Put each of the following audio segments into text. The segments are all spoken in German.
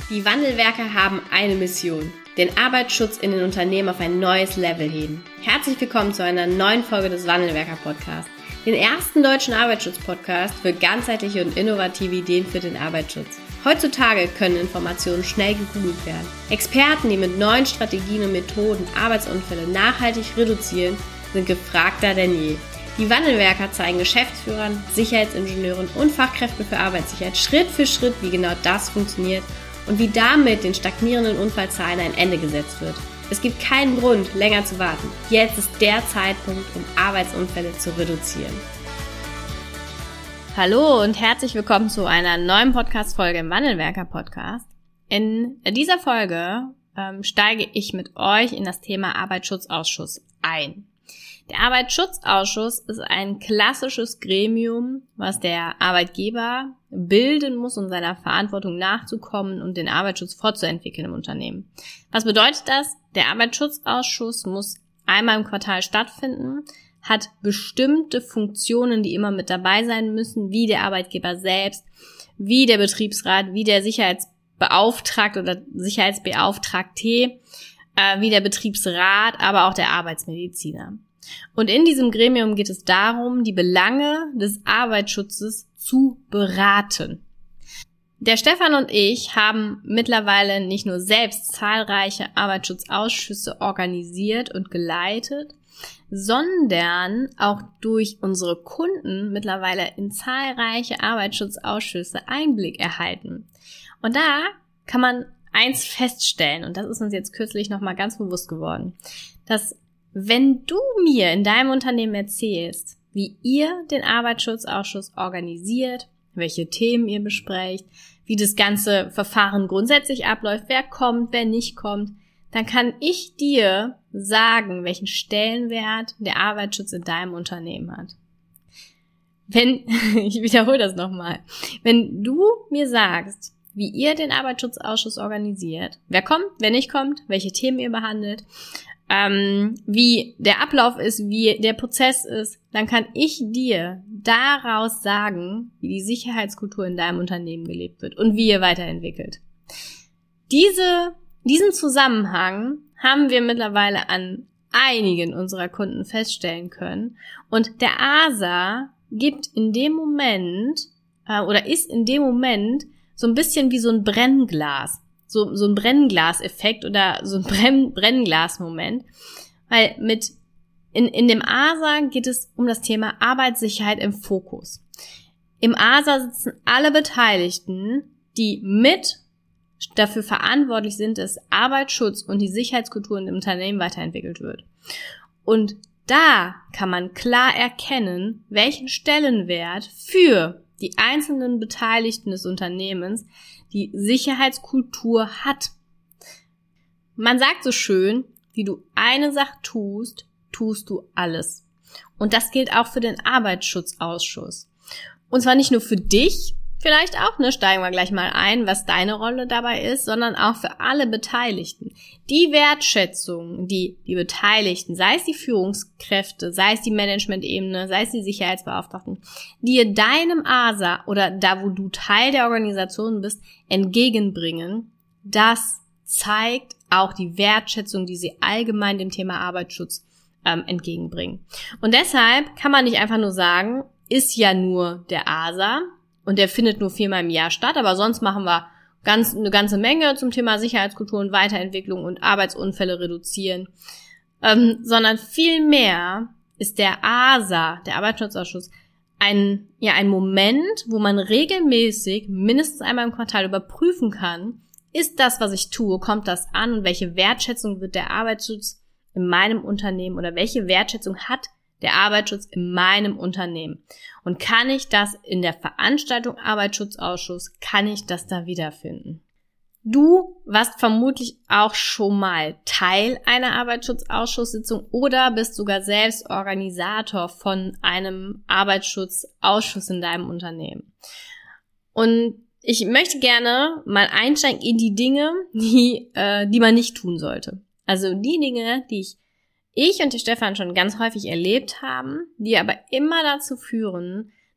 Die Wandelwerker haben eine Mission: den Arbeitsschutz in den Unternehmen auf ein neues Level heben. Herzlich willkommen zu einer neuen Folge des Wandelwerker-Podcasts, den ersten deutschen Arbeitsschutz-Podcast für ganzheitliche und innovative Ideen für den Arbeitsschutz. Heutzutage können Informationen schnell gegoogelt werden. Experten, die mit neuen Strategien und Methoden Arbeitsunfälle nachhaltig reduzieren, sind gefragter denn je. Die Wandelwerker zeigen Geschäftsführern, Sicherheitsingenieuren und Fachkräften für Arbeitssicherheit Schritt für Schritt, wie genau das funktioniert und wie damit den stagnierenden Unfallzahlen ein Ende gesetzt wird. Es gibt keinen Grund, länger zu warten. Jetzt ist der Zeitpunkt, um Arbeitsunfälle zu reduzieren. Hallo und herzlich willkommen zu einer neuen Podcast-Folge im Wandelwerker-Podcast. In dieser Folge steige ich mit euch in das Thema Arbeitsschutzausschuss ein. Der Arbeitsschutzausschuss ist ein klassisches Gremium, was der Arbeitgeber bilden muss, um seiner Verantwortung nachzukommen und den Arbeitsschutz fortzuentwickeln im Unternehmen. Was bedeutet das? Der Arbeitsschutzausschuss muss einmal im Quartal stattfinden, hat bestimmte Funktionen, die immer mit dabei sein müssen, wie der Arbeitgeber selbst, wie der Betriebsrat, wie der Sicherheitsbeauftragte oder Sicherheitsbeauftragte, wie der Betriebsrat, aber auch der Arbeitsmediziner. Und in diesem Gremium geht es darum, die Belange des Arbeitsschutzes zu beraten. Der Stefan und ich haben mittlerweile nicht nur selbst zahlreiche Arbeitsschutzausschüsse organisiert und geleitet, sondern auch durch unsere Kunden mittlerweile in zahlreiche Arbeitsschutzausschüsse Einblick erhalten. Und da kann man eins feststellen, und das ist uns jetzt kürzlich nochmal ganz bewusst geworden, dass wenn du mir in deinem Unternehmen erzählst, wie ihr den Arbeitsschutzausschuss organisiert, welche Themen ihr besprecht, wie das ganze Verfahren grundsätzlich abläuft, wer kommt, wer nicht kommt, dann kann ich dir sagen, welchen Stellenwert der Arbeitsschutz in deinem Unternehmen hat. Ich wiederhole das nochmal, wenn du mir sagst, wie ihr den Arbeitsschutzausschuss organisiert, wer kommt, wer nicht kommt, welche Themen ihr behandelt, wie der Ablauf ist, wie der Prozess ist, dann kann ich dir daraus sagen, wie die Sicherheitskultur in deinem Unternehmen gelebt wird und wie ihr weiterentwickelt. Diesen Zusammenhang haben wir mittlerweile an einigen unserer Kunden feststellen können, und der ASA gibt in dem Moment ist in dem Moment so ein bisschen wie so ein Brennglas. So ein Brennglaseffekt oder so ein Brennglasmoment, weil in dem ASA geht es um das Thema Arbeitssicherheit im Fokus. Im ASA sitzen alle Beteiligten, die mit dafür verantwortlich sind, dass Arbeitsschutz und die Sicherheitskultur im Unternehmen weiterentwickelt wird. Und da kann man klar erkennen, welchen Stellenwert für die einzelnen Beteiligten des Unternehmens die Sicherheitskultur hat. Man sagt so schön, wie du eine Sache tust, tust du alles. Und das gilt auch für den Arbeitsschutzausschuss. Und zwar nicht nur für dich, vielleicht auch, steigen wir gleich mal ein, was deine Rolle dabei ist, sondern auch für alle Beteiligten. Die Wertschätzung, die Beteiligten, sei es die Führungskräfte, sei es die Management-Ebene, sei es die Sicherheitsbeauftragten, dir deinem ASA oder da, wo du Teil der Organisation bist, entgegenbringen, das zeigt auch die Wertschätzung, die sie allgemein dem Thema Arbeitsschutz entgegenbringen. Und deshalb kann man nicht einfach nur sagen, ist ja nur der ASA, und der findet nur 4-mal im Jahr statt, aber sonst machen wir eine ganze Menge zum Thema Sicherheitskultur und Weiterentwicklung und Arbeitsunfälle reduzieren. Sondern vielmehr ist der ASA, der Arbeitsschutzausschuss, ein Moment, wo man regelmäßig, mindestens einmal im Quartal überprüfen kann, ist das, was ich tue, kommt das an, und welche Wertschätzung wird der Arbeitsschutz in meinem Unternehmen oder welche Wertschätzung hat der Arbeitsschutz in meinem Unternehmen. Und kann ich das in der Veranstaltung Arbeitsschutzausschuss, kann ich das da wiederfinden? Du warst vermutlich auch schon mal Teil einer Arbeitsschutzausschusssitzung oder bist sogar selbst Organisator von einem Arbeitsschutzausschuss in deinem Unternehmen. Und ich möchte gerne mal einsteigen in die Dinge, die man nicht tun sollte. Also die Dinge, die ich und der Stefan schon ganz häufig erlebt haben, die aber immer dazu führen,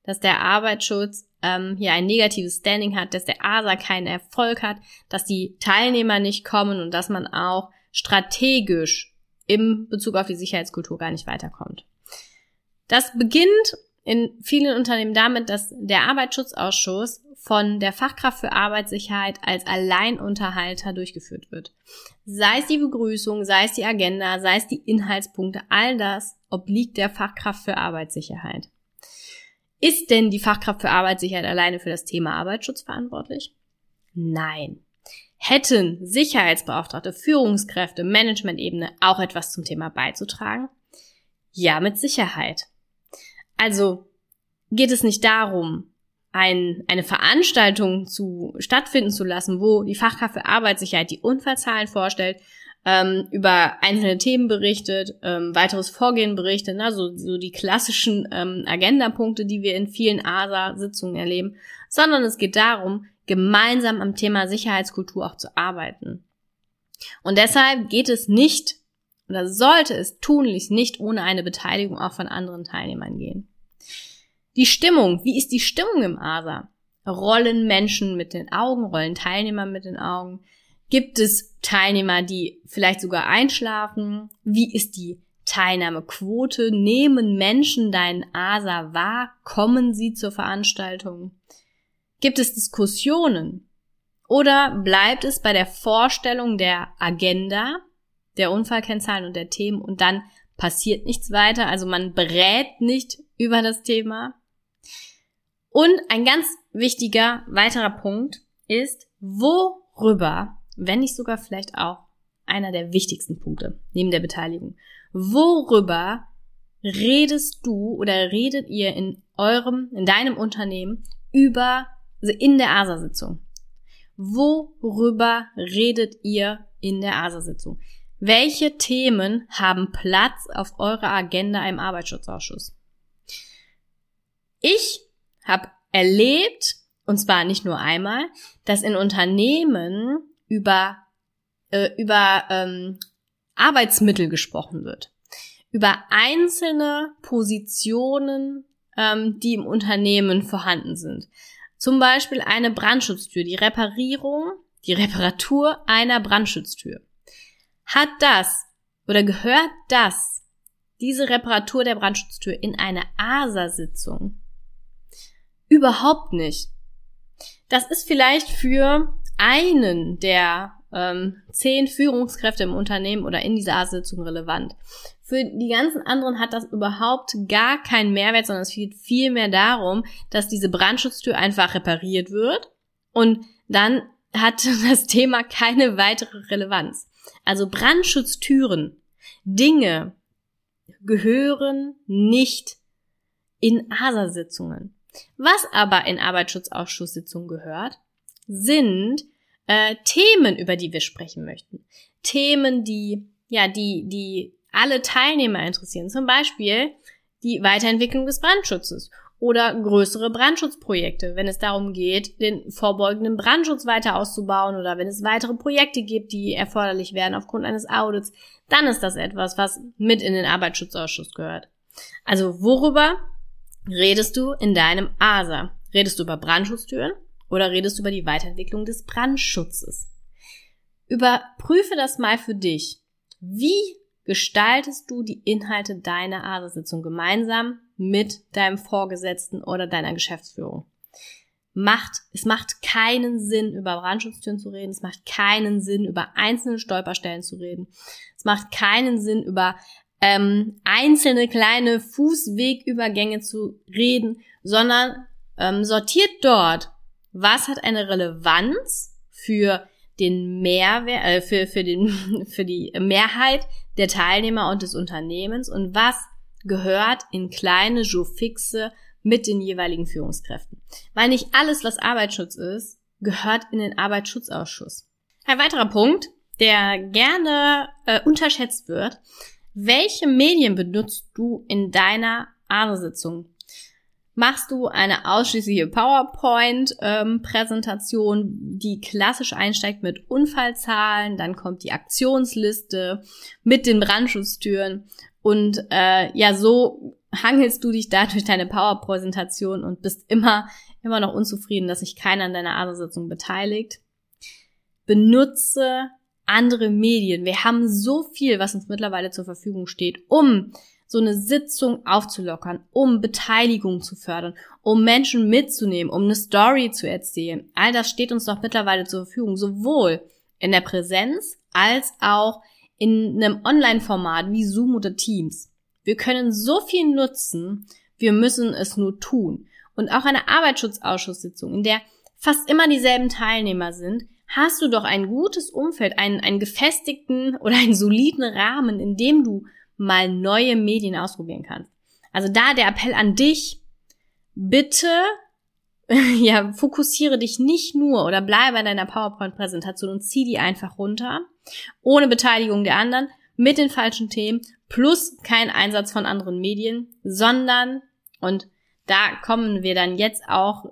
dass der Arbeitsschutz hier ein negatives Standing hat, dass der ASA keinen Erfolg hat, dass die Teilnehmer nicht kommen und dass man auch strategisch im Bezug auf die Sicherheitskultur gar nicht weiterkommt. Das beginnt in vielen Unternehmen damit, dass der Arbeitsschutzausschuss von der Fachkraft für Arbeitssicherheit als Alleinunterhalter durchgeführt wird. Sei es die Begrüßung, sei es die Agenda, sei es die Inhaltspunkte, all das obliegt der Fachkraft für Arbeitssicherheit. Ist denn die Fachkraft für Arbeitssicherheit alleine für das Thema Arbeitsschutz verantwortlich? Nein. Hätten Sicherheitsbeauftragte, Führungskräfte, Management-Ebene auch etwas zum Thema beizutragen? Ja, mit Sicherheit. Also geht es nicht darum, eine Veranstaltung stattfinden zu lassen, wo die Fachkraft für Arbeitssicherheit die Unfallzahlen vorstellt, über einzelne Themen berichtet, weiteres Vorgehen berichtet, so die klassischen Agendapunkte, die wir in vielen ASA-Sitzungen erleben, sondern es geht darum, gemeinsam am Thema Sicherheitskultur auch zu arbeiten. Und deshalb geht es nicht, oder sollte es tunlichst nicht ohne eine Beteiligung auch von anderen Teilnehmern gehen. Die Stimmung, wie ist die Stimmung im ASA? Rollen Menschen mit den Augen, rollen Teilnehmer mit den Augen? Gibt es Teilnehmer, die vielleicht sogar einschlafen? Wie ist die Teilnahmequote? Nehmen Menschen deinen ASA wahr? Kommen sie zur Veranstaltung? Gibt es Diskussionen? Oder bleibt es bei der Vorstellung der Agenda, der Unfallkennzahlen und der Themen und dann passiert nichts weiter? Also man berät nicht über das Thema. Und ein ganz wichtiger weiterer Punkt ist, worüber, wenn nicht sogar vielleicht auch einer der wichtigsten Punkte neben der Beteiligung, worüber redest du oder redet ihr in deinem Unternehmen in der ASA-Sitzung? Worüber redet ihr in der ASA-Sitzung? Welche Themen haben Platz auf eurer Agenda im Arbeitsschutzausschuss? Ich habe erlebt, und zwar nicht nur einmal, dass in Unternehmen über Arbeitsmittel gesprochen wird, über einzelne Positionen, die im Unternehmen vorhanden sind. Zum Beispiel eine Brandschutztür, die Reparatur einer Brandschutztür. Gehört diese Reparatur der Brandschutztür in eine ASA-Sitzung? Überhaupt nicht. Das ist vielleicht für einen der 10 Führungskräfte im Unternehmen oder in dieser ASA-Sitzung relevant. Für die ganzen anderen hat das überhaupt gar keinen Mehrwert, sondern es geht viel mehr darum, dass diese Brandschutztür einfach repariert wird und dann hat das Thema keine weitere Relevanz. Also Brandschutztüren, Dinge gehören nicht in ASA-Sitzungen. Was aber in Arbeitsschutzausschusssitzungen gehört, sind Themen, über die wir sprechen möchten. Themen, die alle Teilnehmer interessieren. Zum Beispiel die Weiterentwicklung des Brandschutzes oder größere Brandschutzprojekte, wenn es darum geht, den vorbeugenden Brandschutz weiter auszubauen oder wenn es weitere Projekte gibt, die erforderlich werden aufgrund eines Audits, dann ist das etwas, was mit in den Arbeitsschutzausschuss gehört. Also worüber redest du in deinem ASA? Redest du über Brandschutztüren oder redest du über die Weiterentwicklung des Brandschutzes? Überprüfe das mal für dich. Wie gestaltest du die Inhalte deiner ASA-Sitzung gemeinsam mit deinem Vorgesetzten oder deiner Geschäftsführung? Es macht keinen Sinn, über Brandschutztüren zu reden. Es macht keinen Sinn, über einzelne Stolperstellen zu reden. Es macht keinen Sinn, über einzelne kleine Fußwegübergänge zu reden, sondern sortiert dort, was hat eine Relevanz für den Mehrwert, für die Mehrheit der Teilnehmer und des Unternehmens und was gehört in kleine Jour-Fixe mit den jeweiligen Führungskräften. Weil nicht alles, was Arbeitsschutz ist, gehört in den Arbeitsschutzausschuss. Ein weiterer Punkt, der gerne unterschätzt wird: Welche Medien benutzt du in deiner ASA-Sitzung? Machst du eine ausschließliche PowerPoint-Präsentation, die klassisch einsteigt mit Unfallzahlen, dann kommt die Aktionsliste mit den Brandschutztüren und so hangelst du dich da durch deine PowerPräsentation und bist immer noch unzufrieden, dass sich keiner an deiner ASA-Sitzung beteiligt. Benutze andere Medien. Wir haben so viel, was uns mittlerweile zur Verfügung steht, um so eine Sitzung aufzulockern, um Beteiligung zu fördern, um Menschen mitzunehmen, um eine Story zu erzählen. All das steht uns doch mittlerweile zur Verfügung, sowohl in der Präsenz als auch in einem Online-Format wie Zoom oder Teams. Wir können so viel nutzen, wir müssen es nur tun. Und auch eine Arbeitsschutzausschusssitzung, in der fast immer dieselben Teilnehmer sind, hast du doch ein gutes Umfeld, einen gefestigten oder einen soliden Rahmen, in dem du mal neue Medien ausprobieren kannst. Also da der Appell an dich, bitte fokussiere dich nicht nur oder bleibe an deiner PowerPoint-Präsentation und zieh die einfach runter, ohne Beteiligung der anderen, mit den falschen Themen, plus kein Einsatz von anderen Medien, sondern, und da kommen wir dann jetzt auch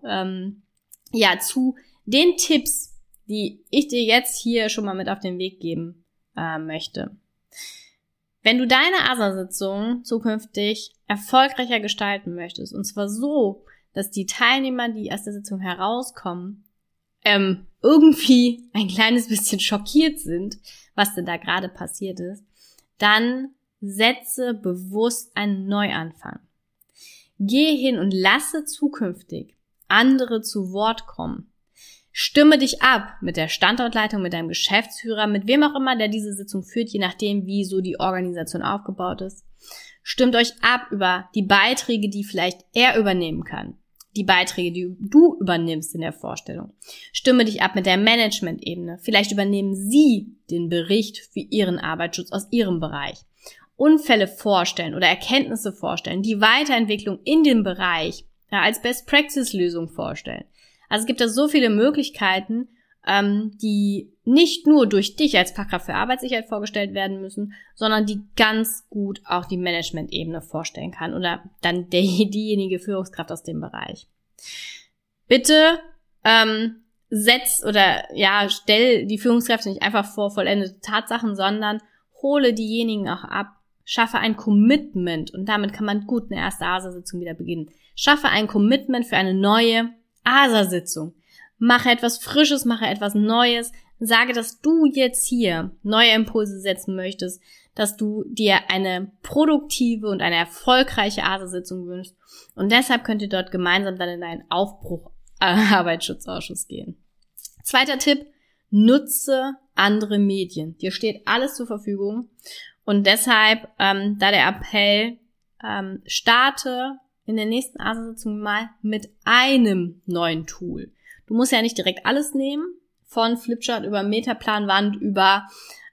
zu den Tipps, die ich dir jetzt hier schon mal mit auf den Weg geben möchte. Wenn du deine ASA-Sitzung zukünftig erfolgreicher gestalten möchtest, und zwar so, dass die Teilnehmer, die aus der Sitzung herauskommen, irgendwie ein kleines bisschen schockiert sind, was denn da gerade passiert ist, dann setze bewusst einen Neuanfang. Gehe hin und lasse zukünftig andere zu Wort kommen. Stimme dich ab mit der Standortleitung, mit deinem Geschäftsführer, mit wem auch immer, der diese Sitzung führt, je nachdem, wie so die Organisation aufgebaut ist. Stimmt euch ab über die Beiträge, die vielleicht er übernehmen kann. Die Beiträge, die du übernimmst in der Vorstellung. Stimme dich ab mit der Management-Ebene. Vielleicht übernehmen sie den Bericht für ihren Arbeitsschutz aus ihrem Bereich. Unfälle vorstellen oder Erkenntnisse vorstellen, die Weiterentwicklung in dem Bereich als Best-Practice-Lösung vorstellen. Also es gibt da so viele Möglichkeiten, die nicht nur durch dich als Fachkraft für Arbeitssicherheit vorgestellt werden müssen, sondern die ganz gut auch die Management-Ebene vorstellen kann oder dann diejenige Führungskraft aus dem Bereich. Bitte stell die Führungskräfte nicht einfach vor vollendete Tatsachen, sondern hole diejenigen auch ab. Schaffe ein Commitment und damit kann man gut eine erste ASA-Sitzung wieder beginnen. Schaffe ein Commitment für eine neue ASA-Sitzung. Mache etwas Frisches, mache etwas Neues. Sage, dass du jetzt hier neue Impulse setzen möchtest, dass du dir eine produktive und eine erfolgreiche ASA-Sitzung wünschst. Und deshalb könnt ihr dort gemeinsam dann in einen Aufbruch-Arbeitsschutzausschuss gehen. Zweiter Tipp, nutze andere Medien. Dir steht alles zur Verfügung. Und deshalb, da der Appell, starte in der nächsten ASA-Sitzung mal mit einem neuen Tool. Du musst ja nicht direkt alles nehmen, von Flipchart über Metaplanwand, über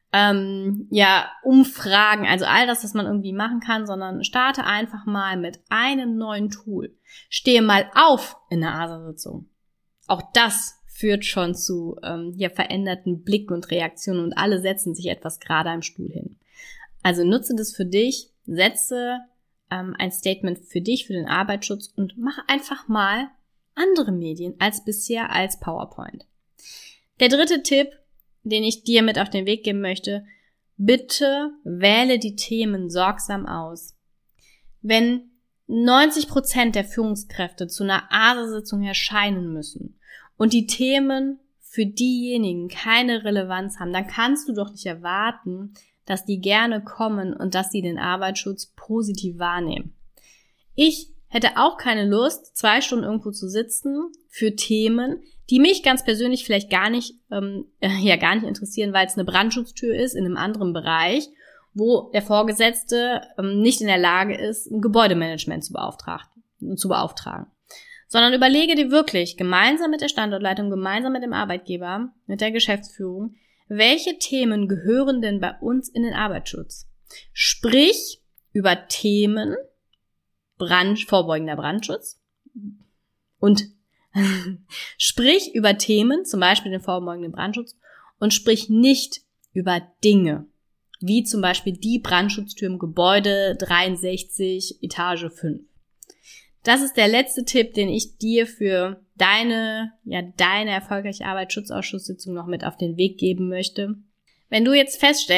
Umfragen, also all das, was man irgendwie machen kann, sondern starte einfach mal mit einem neuen Tool. Stehe mal auf in der ASA-Sitzung. Auch das führt schon zu veränderten Blicken und Reaktionen und alle setzen sich etwas gerade am Stuhl hin. Also nutze das für dich, setze ein Statement für dich, für den Arbeitsschutz und mache einfach mal andere Medien als bisher als PowerPoint. Der dritte Tipp, den ich dir mit auf den Weg geben möchte, bitte wähle die Themen sorgsam aus. Wenn 90% der Führungskräfte zu einer ASA-Sitzung erscheinen müssen und die Themen für diejenigen keine Relevanz haben, dann kannst du doch nicht erwarten, dass die gerne kommen und dass sie den Arbeitsschutz positiv wahrnehmen. Ich hätte auch keine Lust, 2 Stunden irgendwo zu sitzen für Themen, die mich ganz persönlich vielleicht gar nicht interessieren, weil es eine Brandschutztür ist in einem anderen Bereich, wo der Vorgesetzte nicht in der Lage ist, ein Gebäudemanagement zu beauftragen. Sondern überlege dir wirklich gemeinsam mit der Standortleitung, gemeinsam mit dem Arbeitgeber, mit der Geschäftsführung, welche Themen gehören denn bei uns in den Arbeitsschutz? Sprich über Themen vorbeugender Brandschutz und sprich über Themen, zum Beispiel den vorbeugenden Brandschutz, und sprich nicht über Dinge, wie zum Beispiel die Brandschutztür im Gebäude 63, Etage 5. Das ist der letzte Tipp, den ich dir für deine erfolgreiche Arbeitsschutzausschusssitzung noch mit auf den Weg geben möchte. Wenn du jetzt feststellst,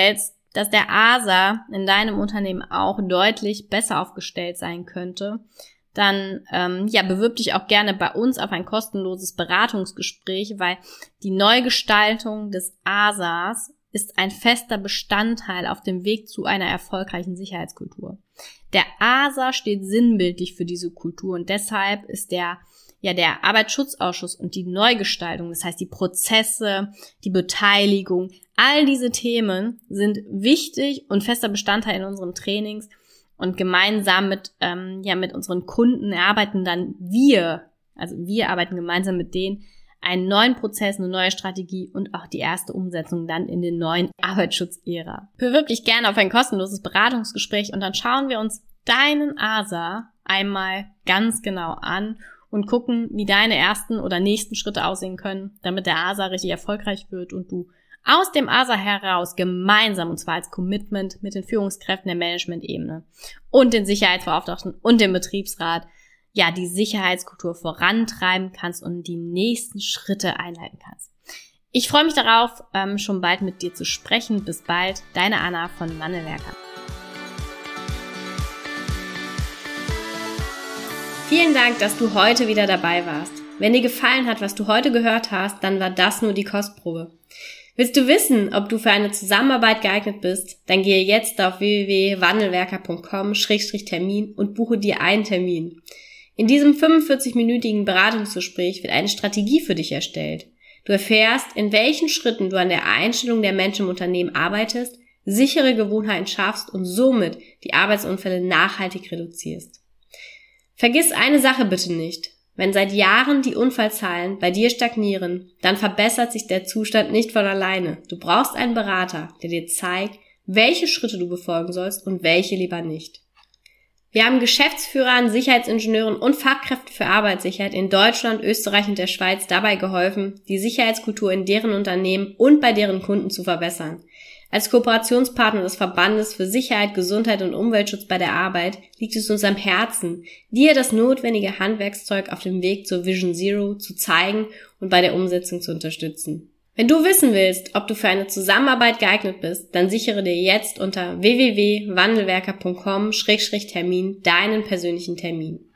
dass der ASA in deinem Unternehmen auch deutlich besser aufgestellt sein könnte, dann bewirb dich auch gerne bei uns auf ein kostenloses Beratungsgespräch, weil die Neugestaltung des ASAs ist ein fester Bestandteil auf dem Weg zu einer erfolgreichen Sicherheitskultur. Der ASA steht sinnbildlich für diese Kultur und deshalb ist der Arbeitsschutzausschuss und die Neugestaltung, das heißt die Prozesse, die Beteiligung, all diese Themen sind wichtig und fester Bestandteil in unseren Trainings und gemeinsam mit unseren Kunden arbeiten wir arbeiten gemeinsam mit denen einen neuen Prozess, eine neue Strategie und auch die erste Umsetzung dann in den neuen Arbeitsschutz-Ära. Bewirb dich gerne auf ein kostenloses Beratungsgespräch und dann schauen wir uns deinen ASA einmal ganz genau an und gucken, wie deine ersten oder nächsten Schritte aussehen können, damit der ASA richtig erfolgreich wird und du aus dem ASA heraus gemeinsam, und zwar als Commitment mit den Führungskräften der Management-Ebene und den Sicherheitsbeauftragten und dem Betriebsrat, die Sicherheitskultur vorantreiben kannst und die nächsten Schritte einleiten kannst. Ich freue mich darauf, schon bald mit dir zu sprechen. Bis bald, deine Anna von Wandelwerker. Vielen Dank, dass du heute wieder dabei warst. Wenn dir gefallen hat, was du heute gehört hast, dann war das nur die Kostprobe. Willst du wissen, ob du für eine Zusammenarbeit geeignet bist? Dann gehe jetzt auf www.wandelwerker.com/Termin und buche dir einen Termin. In diesem 45-minütigen Beratungsgespräch wird eine Strategie für dich erstellt. Du erfährst, in welchen Schritten du an der Einstellung der Menschen im Unternehmen arbeitest, sichere Gewohnheiten schaffst und somit die Arbeitsunfälle nachhaltig reduzierst. Vergiss eine Sache bitte nicht. Wenn seit Jahren die Unfallzahlen bei dir stagnieren, dann verbessert sich der Zustand nicht von alleine. Du brauchst einen Berater, der dir zeigt, welche Schritte du befolgen sollst und welche lieber nicht. Wir haben Geschäftsführern, Sicherheitsingenieuren und Fachkräften für Arbeitssicherheit in Deutschland, Österreich und der Schweiz dabei geholfen, die Sicherheitskultur in deren Unternehmen und bei deren Kunden zu verbessern. Als Kooperationspartner des Verbandes für Sicherheit, Gesundheit und Umweltschutz bei der Arbeit liegt es uns am Herzen, dir das notwendige Handwerkszeug auf dem Weg zur Vision Zero zu zeigen und bei der Umsetzung zu unterstützen. Wenn du wissen willst, ob du für eine Zusammenarbeit geeignet bist, dann sichere dir jetzt unter www.wandelwerker.com/Termin deinen persönlichen Termin.